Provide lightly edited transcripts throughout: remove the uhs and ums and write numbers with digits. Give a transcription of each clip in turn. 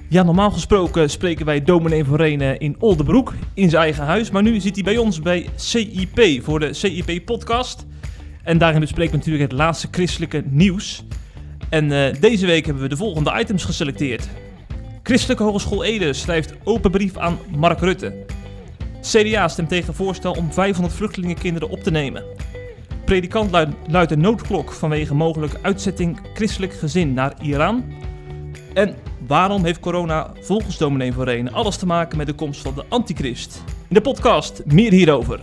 Ja, normaal gesproken spreken wij dominee van Renen in Oldebroek, in zijn eigen huis. Maar nu zit hij bij ons bij CIP, voor de CIP-podcast. En daarin bespreken we natuurlijk het laatste christelijke nieuws. En deze week hebben we de volgende items geselecteerd. Christelijke Hogeschool Ede schrijft open brief aan Mark Rutte. CDA stemt tegen voorstel om 500 vluchtelingenkinderen op te nemen. Predikant luidt een noodklok vanwege mogelijke uitzetting christelijk gezin naar Iran. En waarom heeft corona volgens dominee van Renen alles te maken met de komst van de antichrist? In de podcast meer hierover.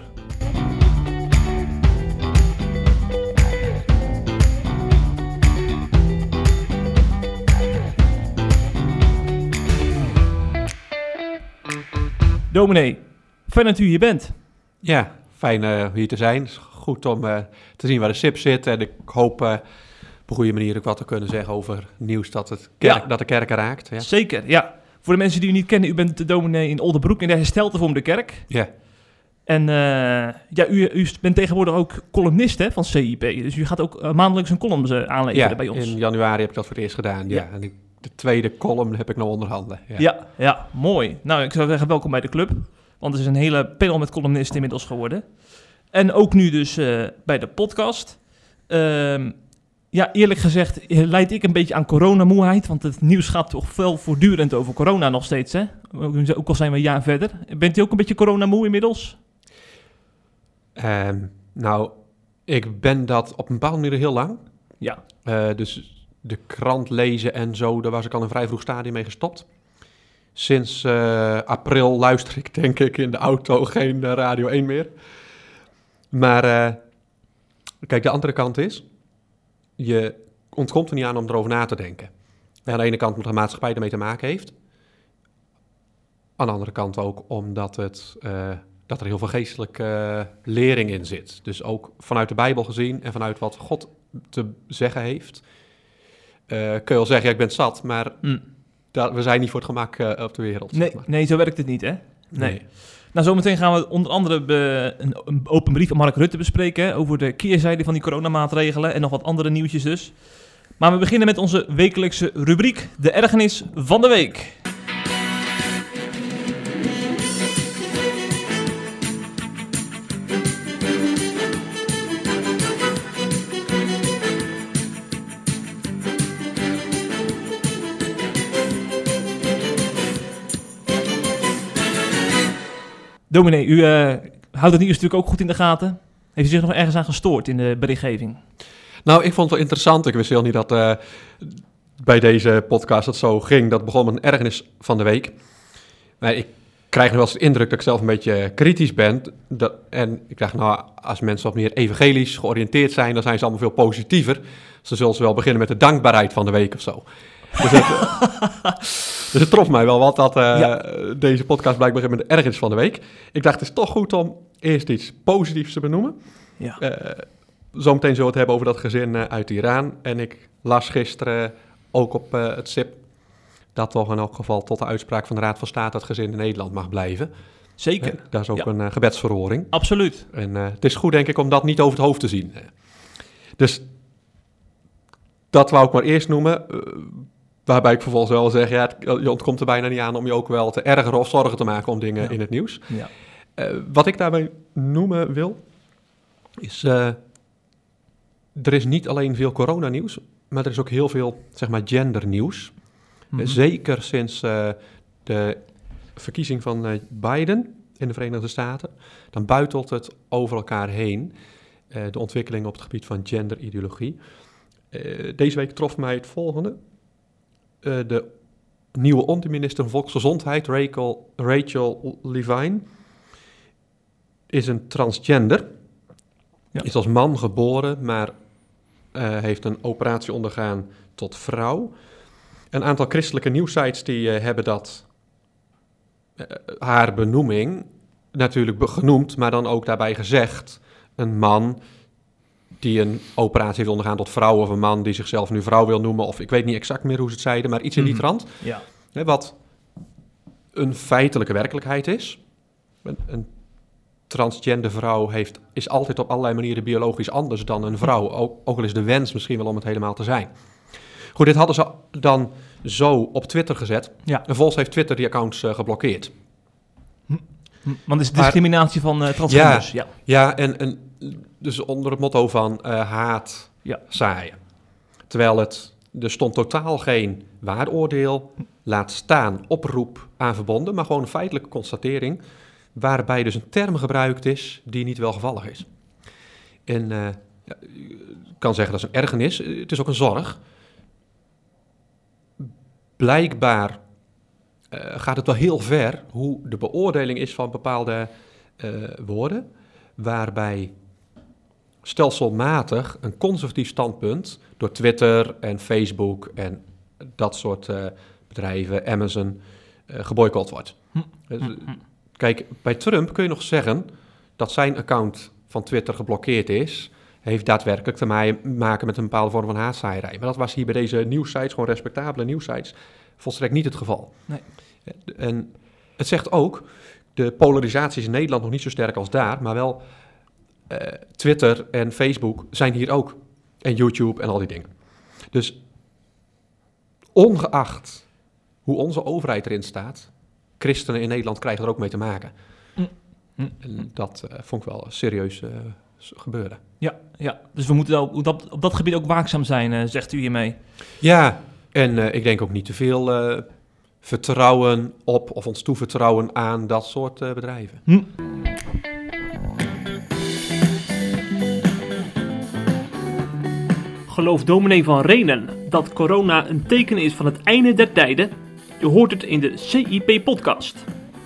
Dominee, fijn dat u hier bent. Ja, fijn hier te zijn. Het is goed om te zien waar de SIP zit. En ik hoop op een goede manier ook wat te kunnen zeggen over nieuws dat de kerk raakt. Ja. Zeker, ja. Voor de mensen die u niet kennen, u bent de dominee in Oldebroek in de Hersteltevormde Kerk. Ja. En u bent tegenwoordig ook columnist hè, van CIP. Dus u gaat ook maandelijks een column aanleveren bij ons. In januari heb ik dat voor het eerst gedaan. Ja. En de tweede column heb ik nog onder handen. Ja, mooi. Nou, ik zou zeggen welkom bij de club. Want het is een hele panel met columnisten inmiddels geworden. En ook nu dus bij de podcast. Eerlijk gezegd leid ik een beetje aan coronamoeheid. Want het nieuws gaat toch wel voortdurend over corona nog steeds. Hè? Ook al zijn we een jaar verder. Bent u ook een beetje coronamoe inmiddels? Nou, ik ben dat op een bepaalde manier heel lang. Ja. Dus de krant lezen en zo, daar was ik al een vrij vroeg stadium mee gestopt. Sinds april luister ik denk ik in de auto geen Radio 1 meer. Maar kijk, de andere kant is, je ontkomt er niet aan om erover na te denken. En aan de ene kant omdat de maatschappij ermee te maken heeft. Aan de andere kant ook omdat dat er heel veel geestelijke lering in zit. Dus ook vanuit de Bijbel gezien en vanuit wat God te zeggen heeft. Kun je wel zeggen, ja, ik ben zat, maar we zijn niet voor het gemak op de wereld. Nee, zeg maar. Nee, zo werkt het niet, hè? Nee. Nou, zometeen gaan we onder andere een open brief van Mark Rutte bespreken hè, over de keerzijde van die coronamaatregelen en nog wat andere nieuwtjes dus. Maar we beginnen met onze wekelijkse rubriek, de ergernis van de week. Dominee, u houdt het nieuws natuurlijk ook goed in de gaten. Heeft u zich nog ergens aan gestoord in de berichtgeving? Nou, ik vond het wel interessant. Ik wist heel niet dat bij deze podcast het zo ging. Dat begon met een ergernis van de week. Maar ik krijg nu wel eens de indruk dat ik zelf een beetje kritisch ben. En ik dacht, nou, als mensen wat meer evangelisch georiënteerd zijn, dan zijn ze allemaal veel positiever. Ze zullen wel beginnen met de dankbaarheid van de week of zo. Dus het trof mij wel wat dat deze podcast blijkbaar begint met de ergernis van de week. Ik dacht, het is toch goed om eerst iets positiefs te benoemen. Ja. Zometeen zullen we het hebben over dat gezin uit Iran. En ik las gisteren ook op het SIP dat toch in elk geval tot de uitspraak van de Raad van State dat gezin in Nederland mag blijven. Zeker. Dat is ook een gebedsverhoring. Absoluut. En het is goed, denk ik, om dat niet over het hoofd te zien. Dus dat wou ik maar eerst noemen. Waarbij ik vervolgens wel zeg, ja, je ontkomt er bijna niet aan om je ook wel te ergeren of zorgen te maken om dingen in het nieuws. Ja. Wat ik daarbij noemen wil, is er is niet alleen veel coronanieuws, maar er is ook heel veel, zeg maar, gendernieuws. Mm-hmm. Zeker sinds de verkiezing van Biden in de Verenigde Staten. Dan buitelt het over elkaar heen, de ontwikkeling op het gebied van genderideologie. Deze week trof mij het volgende. De nieuwe onderminister van Volksgezondheid, Rachel Levine, is een transgender. Ja. Is als man geboren, maar heeft een operatie ondergaan tot vrouw. Een aantal christelijke nieuwsites die hebben dat haar benoeming natuurlijk genoemd, maar dan ook daarbij gezegd, een man die een operatie heeft ondergaan tot vrouw, of een man die zichzelf nu vrouw wil noemen, of ik weet niet exact meer hoe ze het zeiden, maar iets in die trant. Ja. Wat een feitelijke werkelijkheid is. Een transgender vrouw is altijd op allerlei manieren biologisch anders dan een vrouw, ook al is de wens misschien wel om het helemaal te zijn. Goed, dit hadden ze dan zo op Twitter gezet. En vervolgens heeft Twitter die accounts geblokkeerd. Want het is discriminatie van transgenders. Ja, en dus onder het motto van haat zaaien. Terwijl er stond totaal geen waardeoordeel, laat staan oproep aan verbonden, maar gewoon een feitelijke constatering, waarbij dus een term gebruikt is die niet welgevallig is. En ik kan zeggen dat is een ergernis, het is ook een zorg. Blijkbaar gaat het wel heel ver hoe de beoordeling is van bepaalde woorden, waarbij stelselmatig een conservatief standpunt door Twitter en Facebook en dat soort bedrijven, Amazon, geboycott wordt. Kijk, bij Trump kun je nog zeggen dat zijn account van Twitter geblokkeerd is, heeft daadwerkelijk te maken met een bepaalde vorm van haatzaaierij. Maar dat was hier bij deze nieuwssites, gewoon respectabele nieuwssites, volstrekt niet het geval. Nee. En het zegt ook, de polarisatie is in Nederland nog niet zo sterk als daar, maar wel Twitter en Facebook zijn hier ook. En YouTube en al die dingen. Dus ongeacht hoe onze overheid erin staat, christenen in Nederland krijgen er ook mee te maken. En dat vond ik wel serieus gebeuren. Ja, dus we moeten op dat gebied ook waakzaam zijn, zegt u hiermee. Ja, en ik denk ook niet te veel vertrouwen op of ons toevertrouwen aan dat soort bedrijven. Gelooft dominee van Renen dat corona een teken is van het einde der tijden? Je hoort het in de CIP-podcast.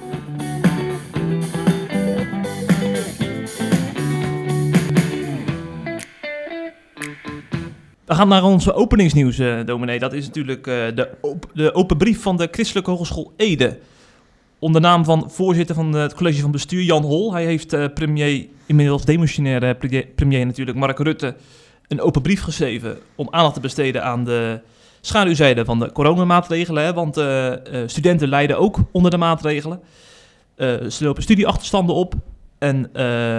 We gaan naar onze openingsnieuws, dominee. Dat is natuurlijk de open brief van de Christelijke Hogeschool Ede. Onder naam van voorzitter van het college van bestuur, Jan Hol. Hij heeft premier, inmiddels demissionaire premier natuurlijk, Mark Rutte, een open brief geschreven om aandacht te besteden aan de schaduwzijde van de coronamaatregelen. Hè? Want studenten lijden ook onder de maatregelen. Ze lopen studieachterstanden op. En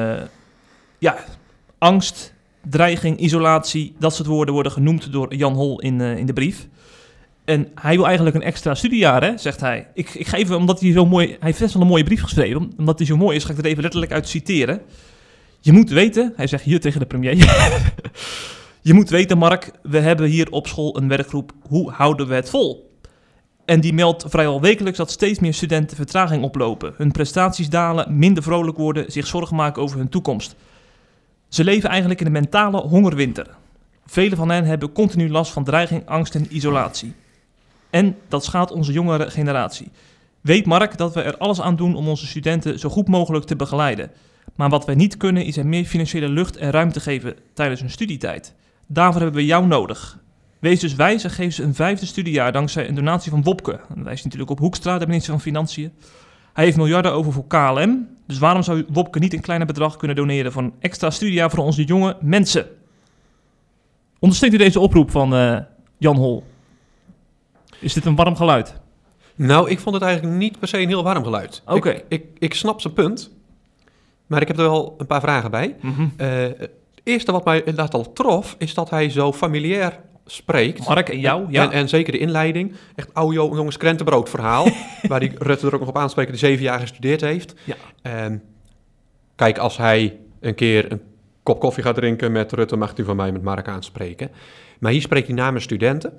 angst, dreiging, isolatie, dat soort woorden worden genoemd door Jan Hol in de brief. En hij wil eigenlijk een extra studiejaar, hè, zegt hij. Ik ga even, omdat hij zo mooi... Hij heeft best wel een mooie brief geschreven. Omdat hij zo mooi is, ga ik er even letterlijk uit citeren. Je moet weten, hij zegt hier tegen de premier. Je moet weten, Mark, we hebben hier op school een werkgroep. Hoe houden we het vol? En die meldt vrijwel wekelijks dat steeds meer studenten vertraging oplopen. Hun prestaties dalen, minder vrolijk worden, zich zorgen maken over hun toekomst. Ze leven eigenlijk in een mentale hongerwinter. Velen van hen hebben continu last van dreiging, angst en isolatie. En dat schaadt onze jongere generatie. Weet Mark dat we er alles aan doen om onze studenten zo goed mogelijk te begeleiden. Maar wat wij niet kunnen is er meer financiële lucht en ruimte geven tijdens hun studietijd. Daarvoor hebben we jou nodig. Wees dus wijs en geef ze een 5e studiejaar dankzij een donatie van Wopke. Dat wijst natuurlijk op Hoekstra, de minister van Financiën. Hij heeft miljarden over voor KLM. Dus waarom zou Wopke niet een kleiner bedrag kunnen doneren voor een extra studiejaar voor onze jonge mensen? Ondersteunt u deze oproep van Jan Hol? Is dit een warm geluid? Nou, ik vond het eigenlijk niet per se een heel warm geluid. Oké. Ik snap zijn punt, maar ik heb er wel een paar vragen bij. Het eerste wat mij inderdaad al trof, is dat hij zo familiair spreekt. Mark en jou, ja. En zeker de inleiding. Echt oude jongens krentenbrood verhaal. Waar die Rutte er ook nog op aanspreekt, die 7 jaar gestudeerd heeft. Ja. Kijk, als hij een keer een kop koffie gaat drinken met Rutte, mag hij van mij met Mark aanspreken. Maar hier spreekt hij namens studenten.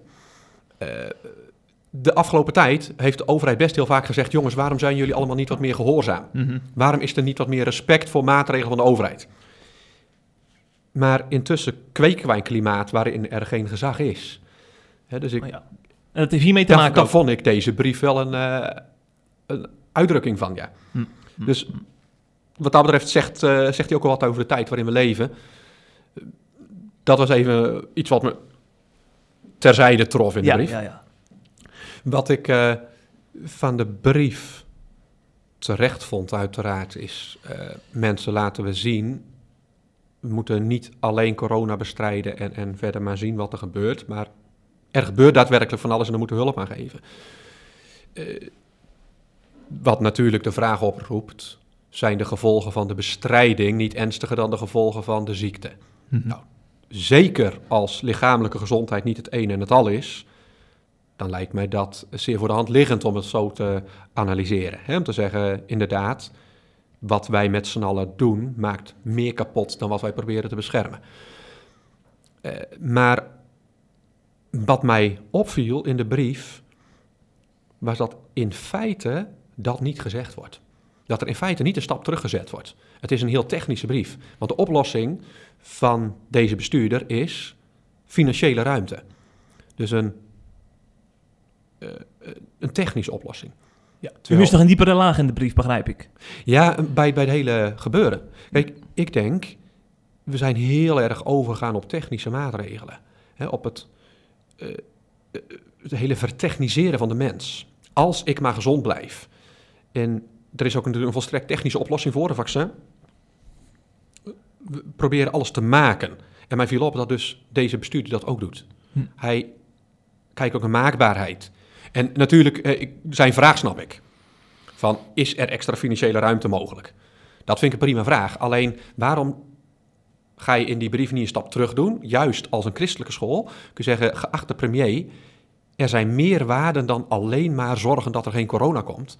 De afgelopen tijd heeft de overheid best heel vaak gezegd, jongens, waarom zijn jullie allemaal niet wat meer gehoorzaam? Waarom is er niet wat meer respect voor maatregelen van de overheid? Maar intussen kweken wij een klimaat waarin er geen gezag is. Dus en dat heeft hiermee te maken. Dan vond ik deze brief wel een uitdrukking van, ja. Dus wat dat betreft zegt hij ook wel wat over de tijd waarin we leven. Dat was even iets wat me terzijde trof in de brief. Ja. Wat ik van de brief terecht vond uiteraard is, mensen laten we zien, we moeten niet alleen corona bestrijden en verder maar zien wat er gebeurt, maar er gebeurt daadwerkelijk van alles en daar moeten we hulp aan geven. Wat natuurlijk de vraag oproept, zijn de gevolgen van de bestrijding niet ernstiger dan de gevolgen van de ziekte? Nou, zeker als lichamelijke gezondheid niet het een en het al is, dan lijkt mij dat zeer voor de hand liggend om het zo te analyseren. Hè? Om te zeggen, inderdaad, wat wij met z'n allen doen maakt meer kapot dan wat wij proberen te beschermen. Maar wat mij opviel in de brief was dat in feite dat niet gezegd wordt. Dat er in feite niet een stap teruggezet wordt. Het is een heel technische brief. Want de oplossing van deze bestuurder is financiële ruimte. Dus een technische oplossing. Ja, u wist nog een diepere laag in de brief, begrijp ik. Ja, bij het hele gebeuren. Kijk, ik denk, we zijn heel erg overgegaan op technische maatregelen. Hè, op het hele vertechniseren van de mens. Als ik maar gezond blijf. En er is ook natuurlijk een volstrekt technische oplossing voor, een vaccin. We proberen alles te maken. En mij viel op dat dus deze bestuurder dat ook doet. Hij kijkt ook naar maakbaarheid. En natuurlijk, zijn vraag snap ik. Van, is er extra financiële ruimte mogelijk? Dat vind ik een prima vraag. Alleen, waarom ga je in die brief niet een stap terug doen? Juist als een christelijke school kun je zeggen, geachte premier, er zijn meer waarden dan alleen maar zorgen dat er geen corona komt.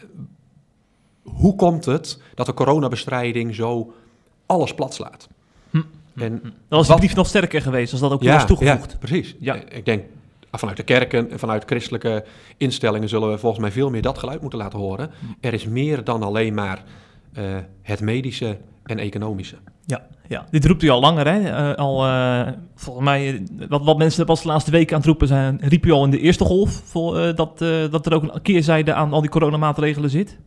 Hoe komt het dat de coronabestrijding zo alles plat slaat? En dan was de brief nog sterker geweest als dat ook was toegevoegd. Ja, precies. Ja. Ik denk, vanuit de kerken en vanuit christelijke instellingen zullen we volgens mij veel meer dat geluid moeten laten horen. Er is meer dan alleen maar het medische en economische. Ja. Dit roept u al langer, hè? Volgens mij, wat mensen pas de laatste weken aan het roepen zijn, riep u al in de eerste golf, dat er ook een keerzijde aan al die coronamaatregelen zit?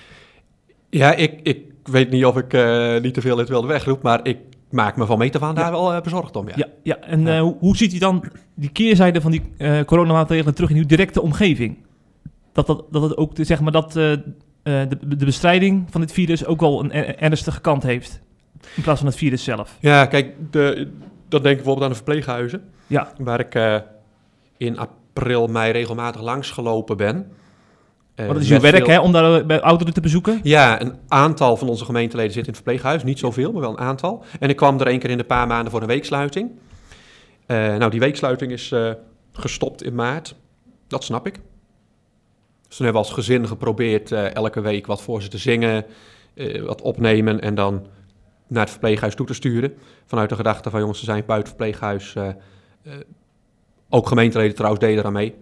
Ja, ik weet niet of ik niet te veel in het wilde wegroep, maar ik maak me van meet af aan daar wel bezorgd om. Ja. En hoe ziet u dan die keerzijde van die coronamaatregelen terug in uw directe omgeving? Dat het ook, zeg maar, dat de bestrijding van dit virus ook wel een ernstige kant heeft, in plaats van het virus zelf. Ja, kijk, dat denk ik bijvoorbeeld aan de verpleeghuizen, waar ik in april, mei regelmatig langs gelopen ben. Maar dat is uw werk, hè, om daar bij ouderen te bezoeken? Ja, een aantal van onze gemeenteleden zit in het verpleeghuis. Niet zoveel, maar wel een aantal. En ik kwam er 1 keer in de paar maanden voor een weeksluiting. Die weeksluiting is gestopt in maart. Dat snap ik. Dus toen hebben we als gezin geprobeerd elke week wat voor ze te zingen, wat opnemen en dan naar het verpleeghuis toe te sturen. Vanuit de gedachte van, jongens, ze zijn buiten het verpleeghuis. Ook gemeenteleden trouwens deden eraan mee.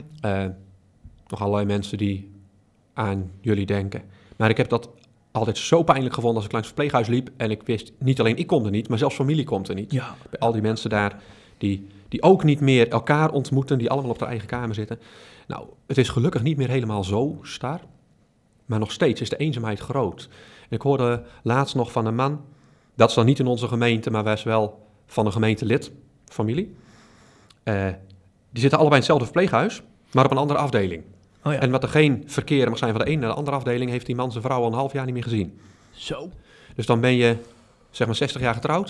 Nog allerlei mensen die aan jullie denken. Maar ik heb dat altijd zo pijnlijk gevonden als ik langs het verpleeghuis liep. En ik wist, niet alleen ik kom er niet, maar zelfs familie komt er niet. Ja. Bij al die mensen daar die ook niet meer elkaar ontmoeten, die allemaal op hun eigen kamer zitten. Nou, het is gelukkig niet meer helemaal zo star. Maar nog steeds is de eenzaamheid groot. En ik hoorde laatst nog van een man, dat is dan niet in onze gemeente, maar was wel van een gemeentelid, familie. Die zitten allebei in hetzelfde verpleeghuis, maar op een andere afdeling. Oh ja. En wat er geen verkeer mag zijn van de ene naar de andere afdeling, heeft die man zijn vrouw al een half jaar niet meer gezien. Zo. Dus dan ben je, zeg maar, 60 jaar getrouwd.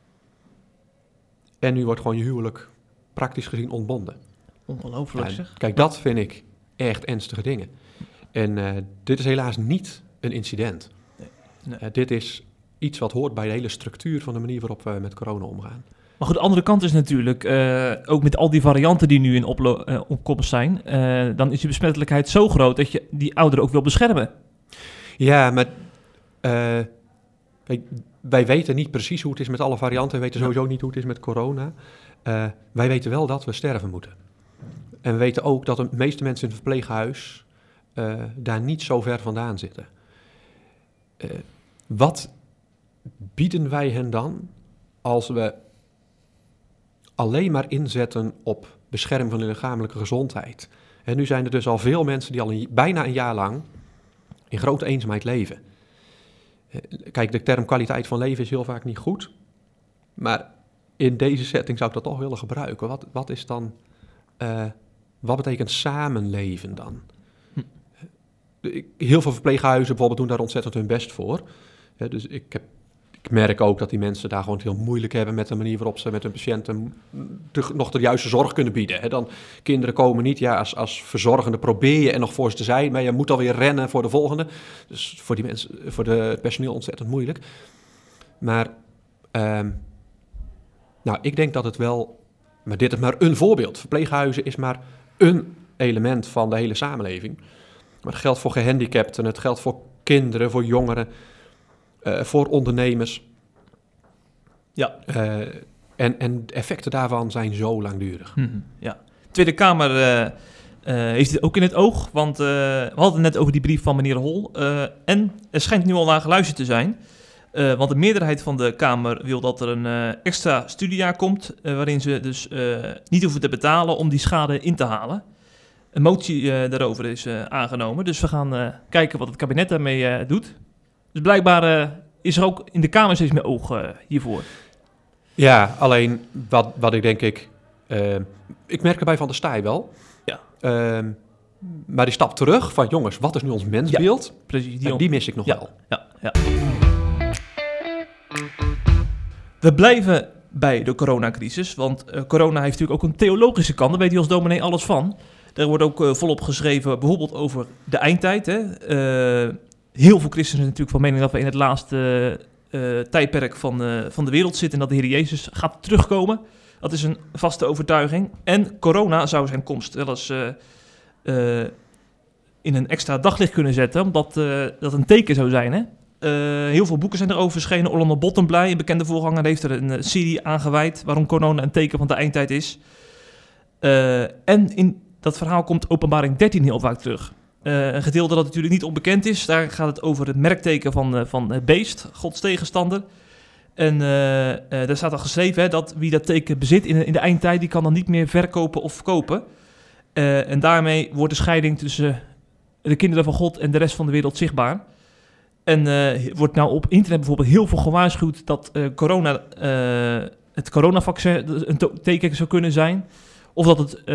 En nu wordt gewoon je huwelijk praktisch gezien ontbonden. Ongelooflijk, zeg. Kijk, dat vind ik echt ernstige dingen. En dit is helaas niet een incident. Nee. Dit is iets wat hoort bij de hele structuur van de manier waarop we met corona omgaan. Maar goed, de andere kant is natuurlijk, ook met al die varianten die nu in opkomst zijn, dan is die besmettelijkheid zo groot dat je die ouderen ook wil beschermen. Ja, maar kijk, wij weten niet precies hoe het is met alle varianten. We weten sowieso niet hoe het is met corona. Wij weten wel dat we sterven moeten. En we weten ook dat de meeste mensen in het verpleeghuis daar niet zo ver vandaan zitten. Wat bieden wij hen dan als we alleen maar inzetten op bescherming van de lichamelijke gezondheid? En nu zijn er dus al veel mensen die al bijna een jaar lang in grote eenzaamheid leven. Kijk, de term kwaliteit van leven is heel vaak niet goed. Maar in deze setting zou ik dat toch willen gebruiken. Wat is dan, wat betekent samenleven dan? Heel veel verpleeghuizen bijvoorbeeld doen daar ontzettend hun best voor. Dus ik merk ook dat die mensen daar gewoon het heel moeilijk hebben met de manier waarop ze met hun patiënten nog de juiste zorg kunnen bieden. Dan kinderen komen niet, als verzorgende probeer je er nog voor ze te zijn, maar je moet alweer rennen voor de volgende. Dus voor die mensen, voor het personeel ontzettend moeilijk. Maar ik denk dat het wel, maar dit is maar een voorbeeld. Verpleeghuizen is maar een element van de hele samenleving. Maar het geldt voor gehandicapten, het geldt voor kinderen, voor jongeren, voor ondernemers. Ja. En de effecten daarvan zijn zo langdurig. Ja. De Tweede Kamer heeft dit ook in het oog, want we hadden het net over die brief van meneer Hol. En er schijnt nu al naar geluisterd te zijn. Want de meerderheid van de Kamer wil dat er een extra studiejaar komt, waarin ze dus niet hoeven te betalen om die schade in te halen. Een motie daarover is aangenomen, dus we gaan kijken wat het kabinet daarmee doet. Dus blijkbaar is er ook in de Kamer steeds meer oog hiervoor. Ja, alleen wat ik denk ik merk erbij Van der Staaij wel. Ja. Maar die stap terug van jongens, wat is nu ons mensbeeld? Ja, precies. Die mis ik nog wel. Ja. We blijven bij de coronacrisis, want corona heeft natuurlijk ook een theologische kant. Daar weet hij als dominee alles van. Er wordt ook volop geschreven, bijvoorbeeld over de eindtijd. Hè. Heel veel christenen zijn natuurlijk van mening dat we in het laatste tijdperk van de wereld zitten en dat de Heer Jezus gaat terugkomen. Dat is een vaste overtuiging. En corona zou zijn komst wel eens in een extra daglicht kunnen zetten, omdat dat een teken zou zijn. Hè? Heel veel boeken zijn erover verschenen. Orlando Bottomblij, een bekende voorganger, heeft er een serie aangewijd waarom corona een teken van de eindtijd is. En in dat verhaal komt Openbaring 13 heel vaak terug. Een gedeelte dat natuurlijk niet onbekend is. Daar gaat het over het merkteken van het beest, Gods tegenstander. En daar staat al geschreven hè, dat wie dat teken bezit in de eindtijd, die kan dan niet meer verkopen of kopen. En daarmee wordt de scheiding tussen de kinderen van God en de rest van de wereld zichtbaar. En wordt nou op internet bijvoorbeeld heel veel gewaarschuwd dat het coronavaccin een teken zou kunnen zijn. Of dat het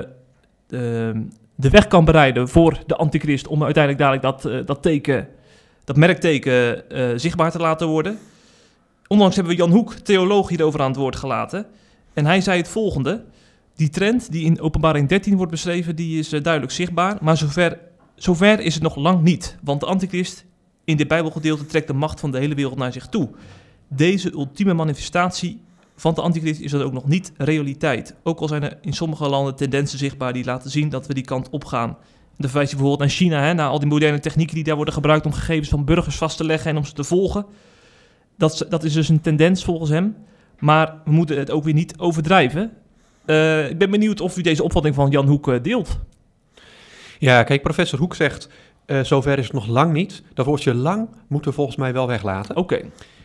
de weg kan bereiden voor de antichrist om uiteindelijk dadelijk dat merkteken zichtbaar te laten worden. Onlangs hebben we Jan Hoek, theoloog, hierover aan het woord gelaten. En hij zei het volgende: die trend die in Openbaring 13 wordt beschreven, die is duidelijk zichtbaar. Maar zover is het nog lang niet. Want de antichrist in dit Bijbelgedeelte trekt de macht van de hele wereld naar zich toe. Deze ultieme manifestatie van de antichrist is dat ook nog niet realiteit. Ook al zijn er in sommige landen tendensen zichtbaar die laten zien dat we die kant op gaan. Dan verwijs je bijvoorbeeld naar China, hè, naar al die moderne technieken die daar worden gebruikt om gegevens van burgers vast te leggen en om ze te volgen. Dat is dus een tendens volgens hem. Maar we moeten het ook weer niet overdrijven. Ik ben benieuwd of u deze opvatting van Jan Hoek deelt. Ja, kijk, professor Hoek zegt, zover is het nog lang niet. Dat woordje lang moeten we volgens mij wel weglaten. Oké.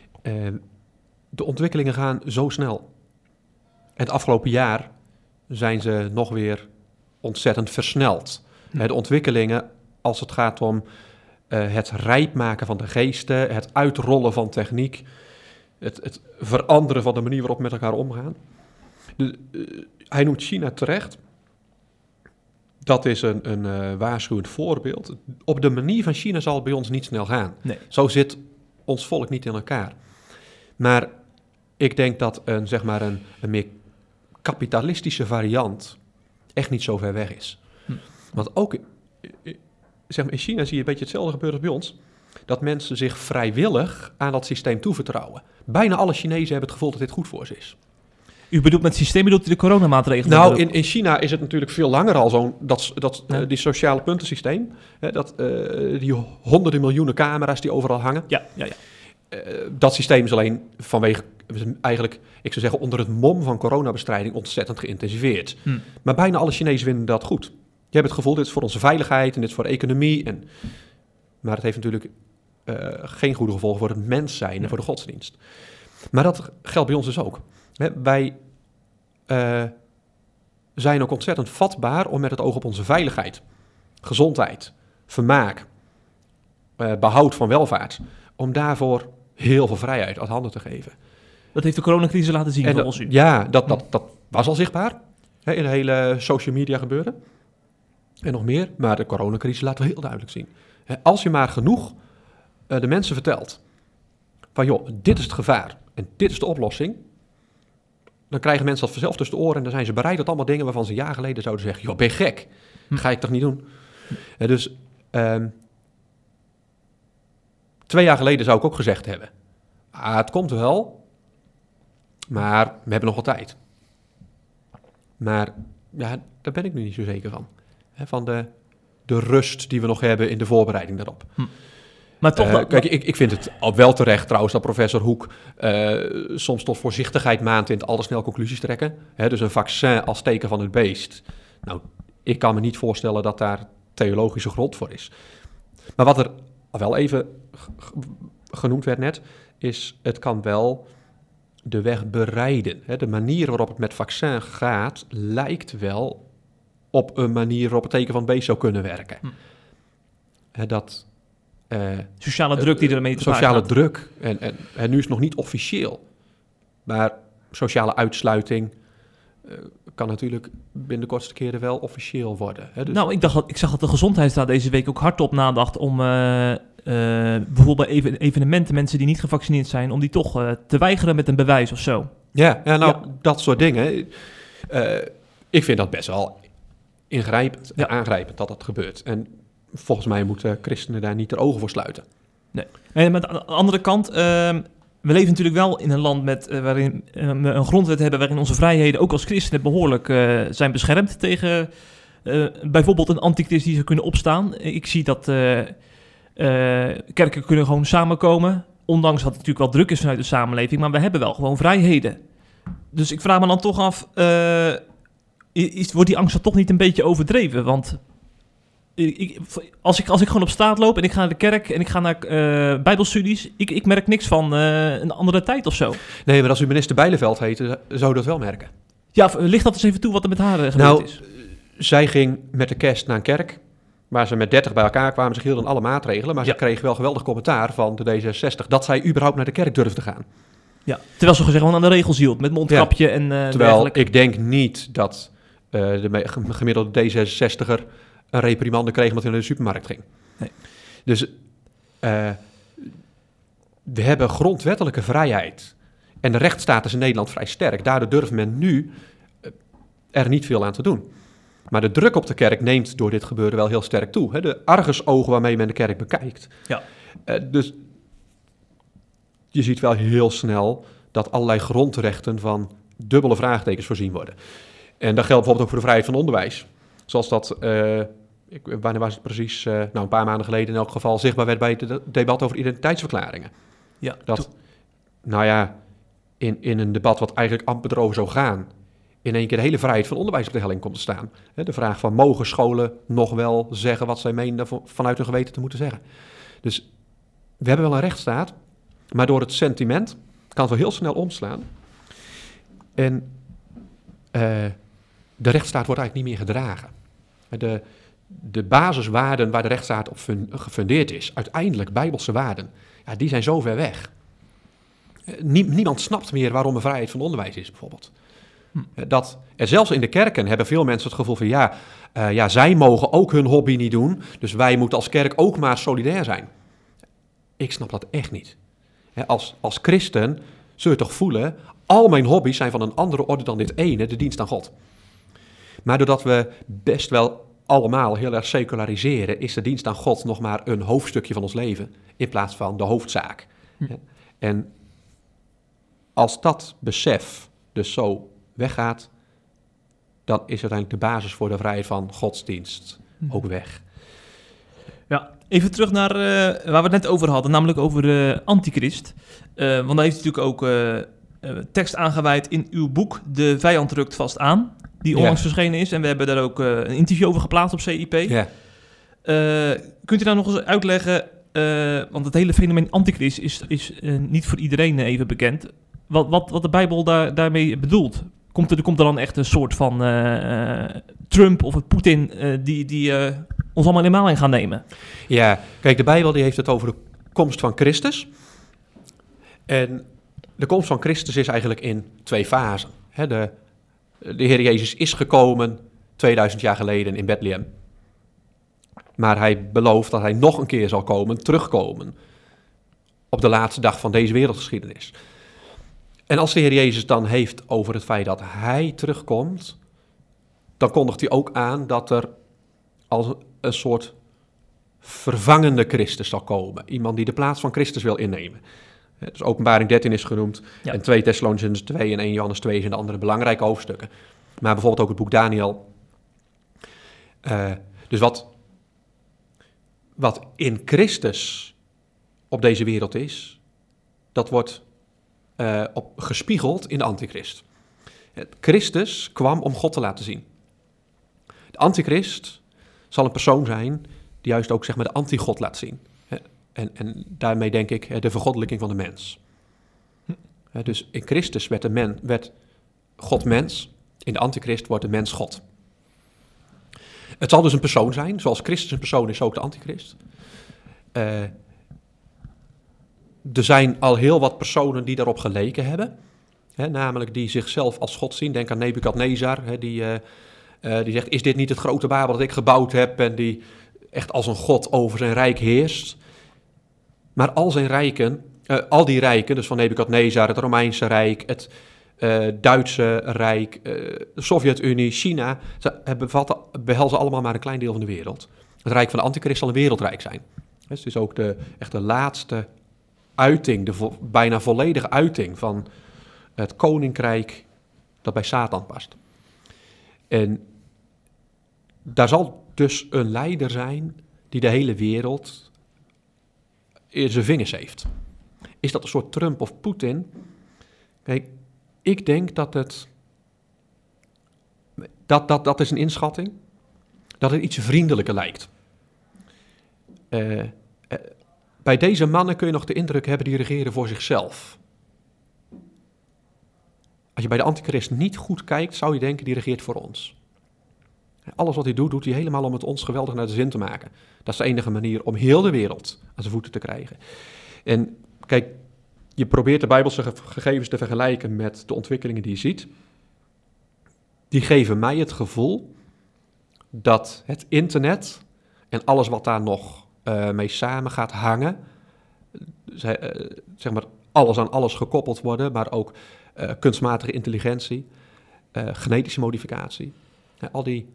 De ontwikkelingen gaan zo snel. En het afgelopen jaar zijn ze nog weer ontzettend versneld. De ontwikkelingen, als het gaat om het rijp maken van de geesten, het uitrollen van techniek, het veranderen van de manier waarop we met elkaar omgaan. Hij noemt China terecht. Dat is een waarschuwend voorbeeld. Op de manier van China zal het bij ons niet snel gaan. Nee. Zo zit ons volk niet in elkaar. Maar ik denk dat een meer kapitalistische variant echt niet zo ver weg is. Want ook in China zie je een beetje hetzelfde gebeuren als bij ons. Dat mensen zich vrijwillig aan dat systeem toevertrouwen. Bijna alle Chinezen hebben het gevoel dat dit goed voor ze is. U bedoelt met systeem, bedoelt u de coronamaatregelen? Nou, in China is het natuurlijk veel langer al die sociale puntensysteem. Die honderden miljoenen camera's die overal hangen. Ja. Dat systeem is alleen vanwege, eigenlijk, ik zou zeggen, onder het mom van coronabestrijding ontzettend geïntensiveerd. Maar bijna alle Chinezen vinden dat goed. Je hebt het gevoel, dit is voor onze veiligheid en dit is voor de economie. Maar het heeft natuurlijk geen goede gevolgen voor het mens zijn en voor de godsdienst. Maar dat geldt bij ons dus ook. Wij zijn ook ontzettend vatbaar om met het oog op onze veiligheid, gezondheid, vermaak, behoud van welvaart, om daarvoor heel veel vrijheid uit handen te geven. Dat heeft de coronacrisis laten zien, volgens u? Ja, dat was al zichtbaar in de hele social media gebeuren. En nog meer, maar de coronacrisis laat wel heel duidelijk zien. Als je maar genoeg de mensen vertelt van joh, dit is het gevaar en dit is de oplossing, dan krijgen mensen dat vanzelf tussen de oren en dan zijn ze bereid tot allemaal dingen waarvan ze een jaar geleden zouden zeggen, joh, ben je gek? Ga ik toch niet doen? Dus 2 jaar geleden zou ik ook gezegd hebben, het komt wel, maar we hebben nog wat tijd. Maar Ja, daar ben ik nu niet zo zeker van. Van de rust die we nog hebben in de voorbereiding daarop. Maar toch kijk, ik vind het wel terecht trouwens dat professor Hoek soms tot voorzichtigheid maant in het al te snel conclusies trekken. Dus een vaccin als teken van het beest. Nou, ik kan me niet voorstellen dat daar theologische grond voor is. Maar wat er wel even genoemd werd net, is het kan wel de weg bereiden. De manier waarop het met vaccin gaat, lijkt wel op een manier waarop het teken van het beest zou kunnen werken. Sociale druk die ermee te maken sociale gaat. druk. En nu is het nog niet officieel. Maar sociale uitsluiting kan natuurlijk binnen de kortste keren wel officieel worden. Dus... Nou, ik zag dat de Gezondheidsraad deze week ook hardop nadacht om bijvoorbeeld bij evenementen, mensen die niet gevaccineerd zijn, om die toch te weigeren met een bewijs of zo. Dat soort dingen. Ik vind dat best wel ingrijpend en aangrijpend dat dat gebeurt. En volgens mij moeten christenen daar niet de ogen voor sluiten. Nee. En met aan de andere kant, we leven natuurlijk wel in een land waarin we een grondwet hebben waarin onze vrijheden ook als christenen behoorlijk zijn beschermd tegen bijvoorbeeld een antichrist die zou kunnen opstaan. Ik zie dat kerken kunnen gewoon samenkomen, ondanks dat het natuurlijk wel druk is vanuit de samenleving, maar we hebben wel gewoon vrijheden. Dus ik vraag me dan toch af, wordt die angst dan toch niet een beetje overdreven? Want als ik gewoon op straat loop en ik ga naar de kerk en ik ga naar bijbelstudies, ik merk niks van een andere tijd of zo. Nee, maar als u minister Bijleveld heette, zou u dat wel merken. Ja, licht dat eens even toe wat er met haar gebeurd is. Zij ging met de kerst naar een kerk, waar ze met 30 bij elkaar kwamen. Ze hielden alle maatregelen, maar ze kreeg wel geweldig commentaar van de D66 dat zij überhaupt naar de kerk durfde gaan. Ja, terwijl ze gewoon aan de regels hield, met mondkapje en terwijl dergelijke. Ik denk niet dat de gemiddelde D66er een reprimande kreeg omdat hij naar de supermarkt ging. Nee. Dus we hebben grondwettelijke vrijheid. En de rechtsstaat is in Nederland vrij sterk. Daardoor durft men nu er niet veel aan te doen. Maar de druk op de kerk neemt door dit gebeuren wel heel sterk toe. De argusogen waarmee men de kerk bekijkt. Ja. Dus je ziet wel heel snel dat allerlei grondrechten van dubbele vraagtekens voorzien worden. En dat geldt bijvoorbeeld ook voor de vrijheid van onderwijs. Zoals dat, wanneer was het precies, een paar maanden geleden in elk geval zichtbaar werd bij het debat over identiteitsverklaringen. Ja, dat, in een debat wat eigenlijk amper erover zou gaan, in één keer de hele vrijheid van onderwijs op de helling komt te staan. De vraag van, mogen scholen nog wel zeggen wat zij menen vanuit hun geweten te moeten zeggen? Dus we hebben wel een rechtsstaat, maar door het sentiment kan het wel heel snel omslaan. En de rechtsstaat wordt eigenlijk niet meer gedragen. De basiswaarden waar de rechtsstaat op gefundeerd is, uiteindelijk bijbelse waarden, die zijn zo ver weg. Niemand snapt meer waarom er vrijheid van onderwijs is, bijvoorbeeld. Dat er zelfs in de kerken hebben veel mensen het gevoel van zij mogen ook hun hobby niet doen, dus wij moeten als kerk ook maar solidair zijn. Ik snap dat echt niet. Als christen zul je toch voelen, al mijn hobby's zijn van een andere orde dan dit ene, de dienst aan God. Maar doordat we best wel allemaal heel erg seculariseren, is de dienst aan God nog maar een hoofdstukje van ons leven, in plaats van de hoofdzaak. En als dat besef dus zo weggaat, dan is uiteindelijk de basis voor de vrijheid van godsdienst ook weg. Ja, even terug naar waar we het net over hadden, namelijk over de antichrist. Want daar heeft u natuurlijk ook tekst aangeweid in uw boek, De Vijand rukt vast aan, die onlangs verschenen is. En we hebben daar ook een interview over geplaatst op CIP. Ja. Kunt u daar nog eens uitleggen, want het hele fenomeen antichrist is niet voor iedereen even bekend, wat de Bijbel daarmee bedoelt. Komt er dan echt een soort van Trump of een Poetin die ons allemaal in maling gaan nemen? Ja, kijk, de Bijbel die heeft het over de komst van Christus. En de komst van Christus is eigenlijk in 2 fasen. De Heer Jezus is gekomen 2000 jaar geleden in Bethlehem. Maar hij belooft dat hij nog een keer zal komen, terugkomen, op de laatste dag van deze wereldgeschiedenis. En als de Heer Jezus dan heeft over het feit dat hij terugkomt, dan kondigt hij ook aan dat er als een soort vervangende Christus zal komen. Iemand die de plaats van Christus wil innemen. Dus Openbaring 13 is genoemd, en 2 Thessalonicenzen 2 en 1 Johannes 2 zijn de andere belangrijke hoofdstukken. Maar bijvoorbeeld ook het boek Daniel. Dus wat in Christus op deze wereld is, dat wordt gespiegeld in de antichrist. Christus kwam om God te laten zien. De antichrist zal een persoon zijn die juist ook zeg maar de anti-God laat zien. En daarmee denk ik de vergoddelijking van de mens. Dus in Christus werd God mens, in de antichrist wordt de mens God. Het zal dus een persoon zijn, zoals Christus een persoon is, ook de antichrist. Er zijn al heel wat personen die daarop geleken hebben. Namelijk die zichzelf als God zien. Denk aan Nebukadnezar, die zegt, is dit niet het grote Babel dat ik gebouwd heb? En die echt als een God over zijn rijk heerst. Maar al die rijken, dus van Nebukadnezar, het Romeinse Rijk, het Duitse Rijk, de Sovjet-Unie, China, behelzen allemaal maar een klein deel van de wereld. Het Rijk van de Antichrist zal een wereldrijk zijn. Dus het is ook echt de laatste uiting, bijna volledige uiting van het koninkrijk dat bij Satan past. En daar zal dus een leider zijn die de hele wereld in zijn vingers heeft. Is dat een soort Trump of Poetin? Kijk, ik denk dat is een inschatting, dat het iets vriendelijker lijkt. Bij deze mannen kun je nog de indruk hebben, die regeren voor zichzelf. Als je bij de antichrist niet goed kijkt, zou je denken, die regeert voor ons. Alles wat hij doet, doet hij helemaal om het ons geweldig naar de zin te maken. Dat is de enige manier om heel de wereld aan zijn voeten te krijgen. En kijk, je probeert de Bijbelse gegevens te vergelijken met de ontwikkelingen die je ziet. Die geven mij het gevoel dat het internet en alles wat daar nog mee samen gaat hangen, zeg maar alles aan alles gekoppeld worden, maar ook kunstmatige intelligentie, genetische modificatie, al die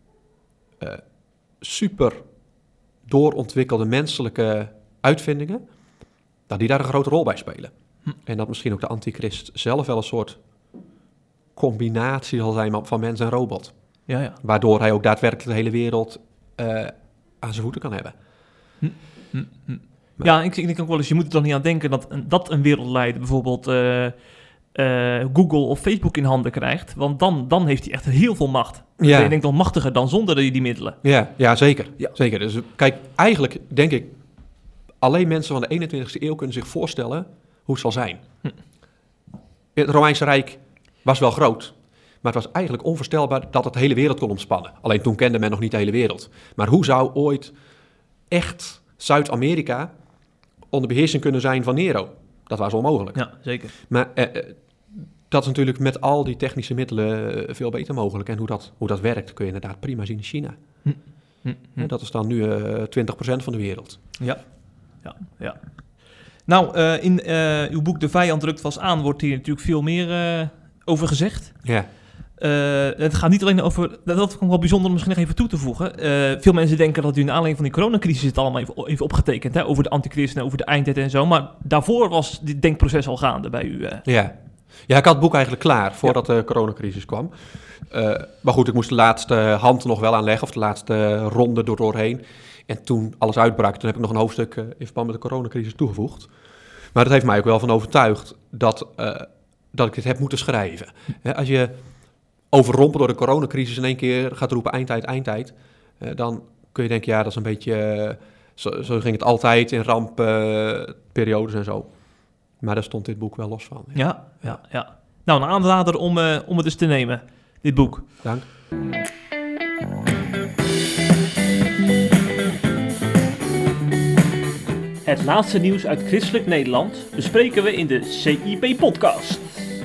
super doorontwikkelde menselijke uitvindingen, dat die daar een grote rol bij spelen. En dat misschien ook de antichrist zelf wel een soort combinatie zal zijn van mens en robot. Ja. Waardoor hij ook daadwerkelijk de hele wereld aan zijn voeten kan hebben. Ja, ik denk ook wel eens, je moet er toch niet aan denken dat een wereldleider bijvoorbeeld Google of Facebook in handen krijgt. Want dan heeft hij echt heel veel macht. Ja. Ik denk wel machtiger dan zonder die middelen. Ja, zeker. Ja. Zeker. Dus kijk, eigenlijk denk ik, alleen mensen van de 21e eeuw kunnen zich voorstellen hoe het zal zijn. Het Romeinse Rijk was wel groot, maar het was eigenlijk onvoorstelbaar dat het de hele wereld kon omspannen. Alleen toen kende men nog niet de hele wereld. Maar hoe zou ooit echt Zuid-Amerika onder beheersing kunnen zijn van Nero? Dat was onmogelijk. Ja, zeker. Maar dat is natuurlijk met al die technische middelen veel beter mogelijk. En hoe dat werkt kun je inderdaad prima zien in China. Dat is dan nu 20% van de wereld. Ja. Nou, in uw boek De Vijand drukt vast aan wordt hier natuurlijk veel meer over gezegd. Ja. Het gaat niet alleen over, dat vond ik wel bijzonder om misschien nog even toe te voegen. Veel mensen denken dat u in aanleiding van die coronacrisis het allemaal even opgetekend, over de antichrist en over de eindtijd en zo. Maar daarvoor was dit denkproces al gaande bij u. Ja, ik had het boek eigenlijk klaar voordat de coronacrisis kwam. Maar goed, ik moest de laatste hand nog wel aanleggen, of de laatste ronde doorheen. En toen alles uitbrak, toen heb ik nog een hoofdstuk in verband met de coronacrisis toegevoegd. Maar dat heeft mij ook wel van overtuigd dat ik dit heb moeten schrijven. Als je overrompeld door de coronacrisis in één keer gaat roepen eindtijd, dan kun je denken, ja, dat is een beetje, zo ging het altijd in rampperiodes en zo. Maar daar stond dit boek wel los van. Ja. Nou, een aanrader om het eens te nemen, dit boek. Dank. Het laatste nieuws uit christelijk Nederland bespreken we in de CIP-podcast.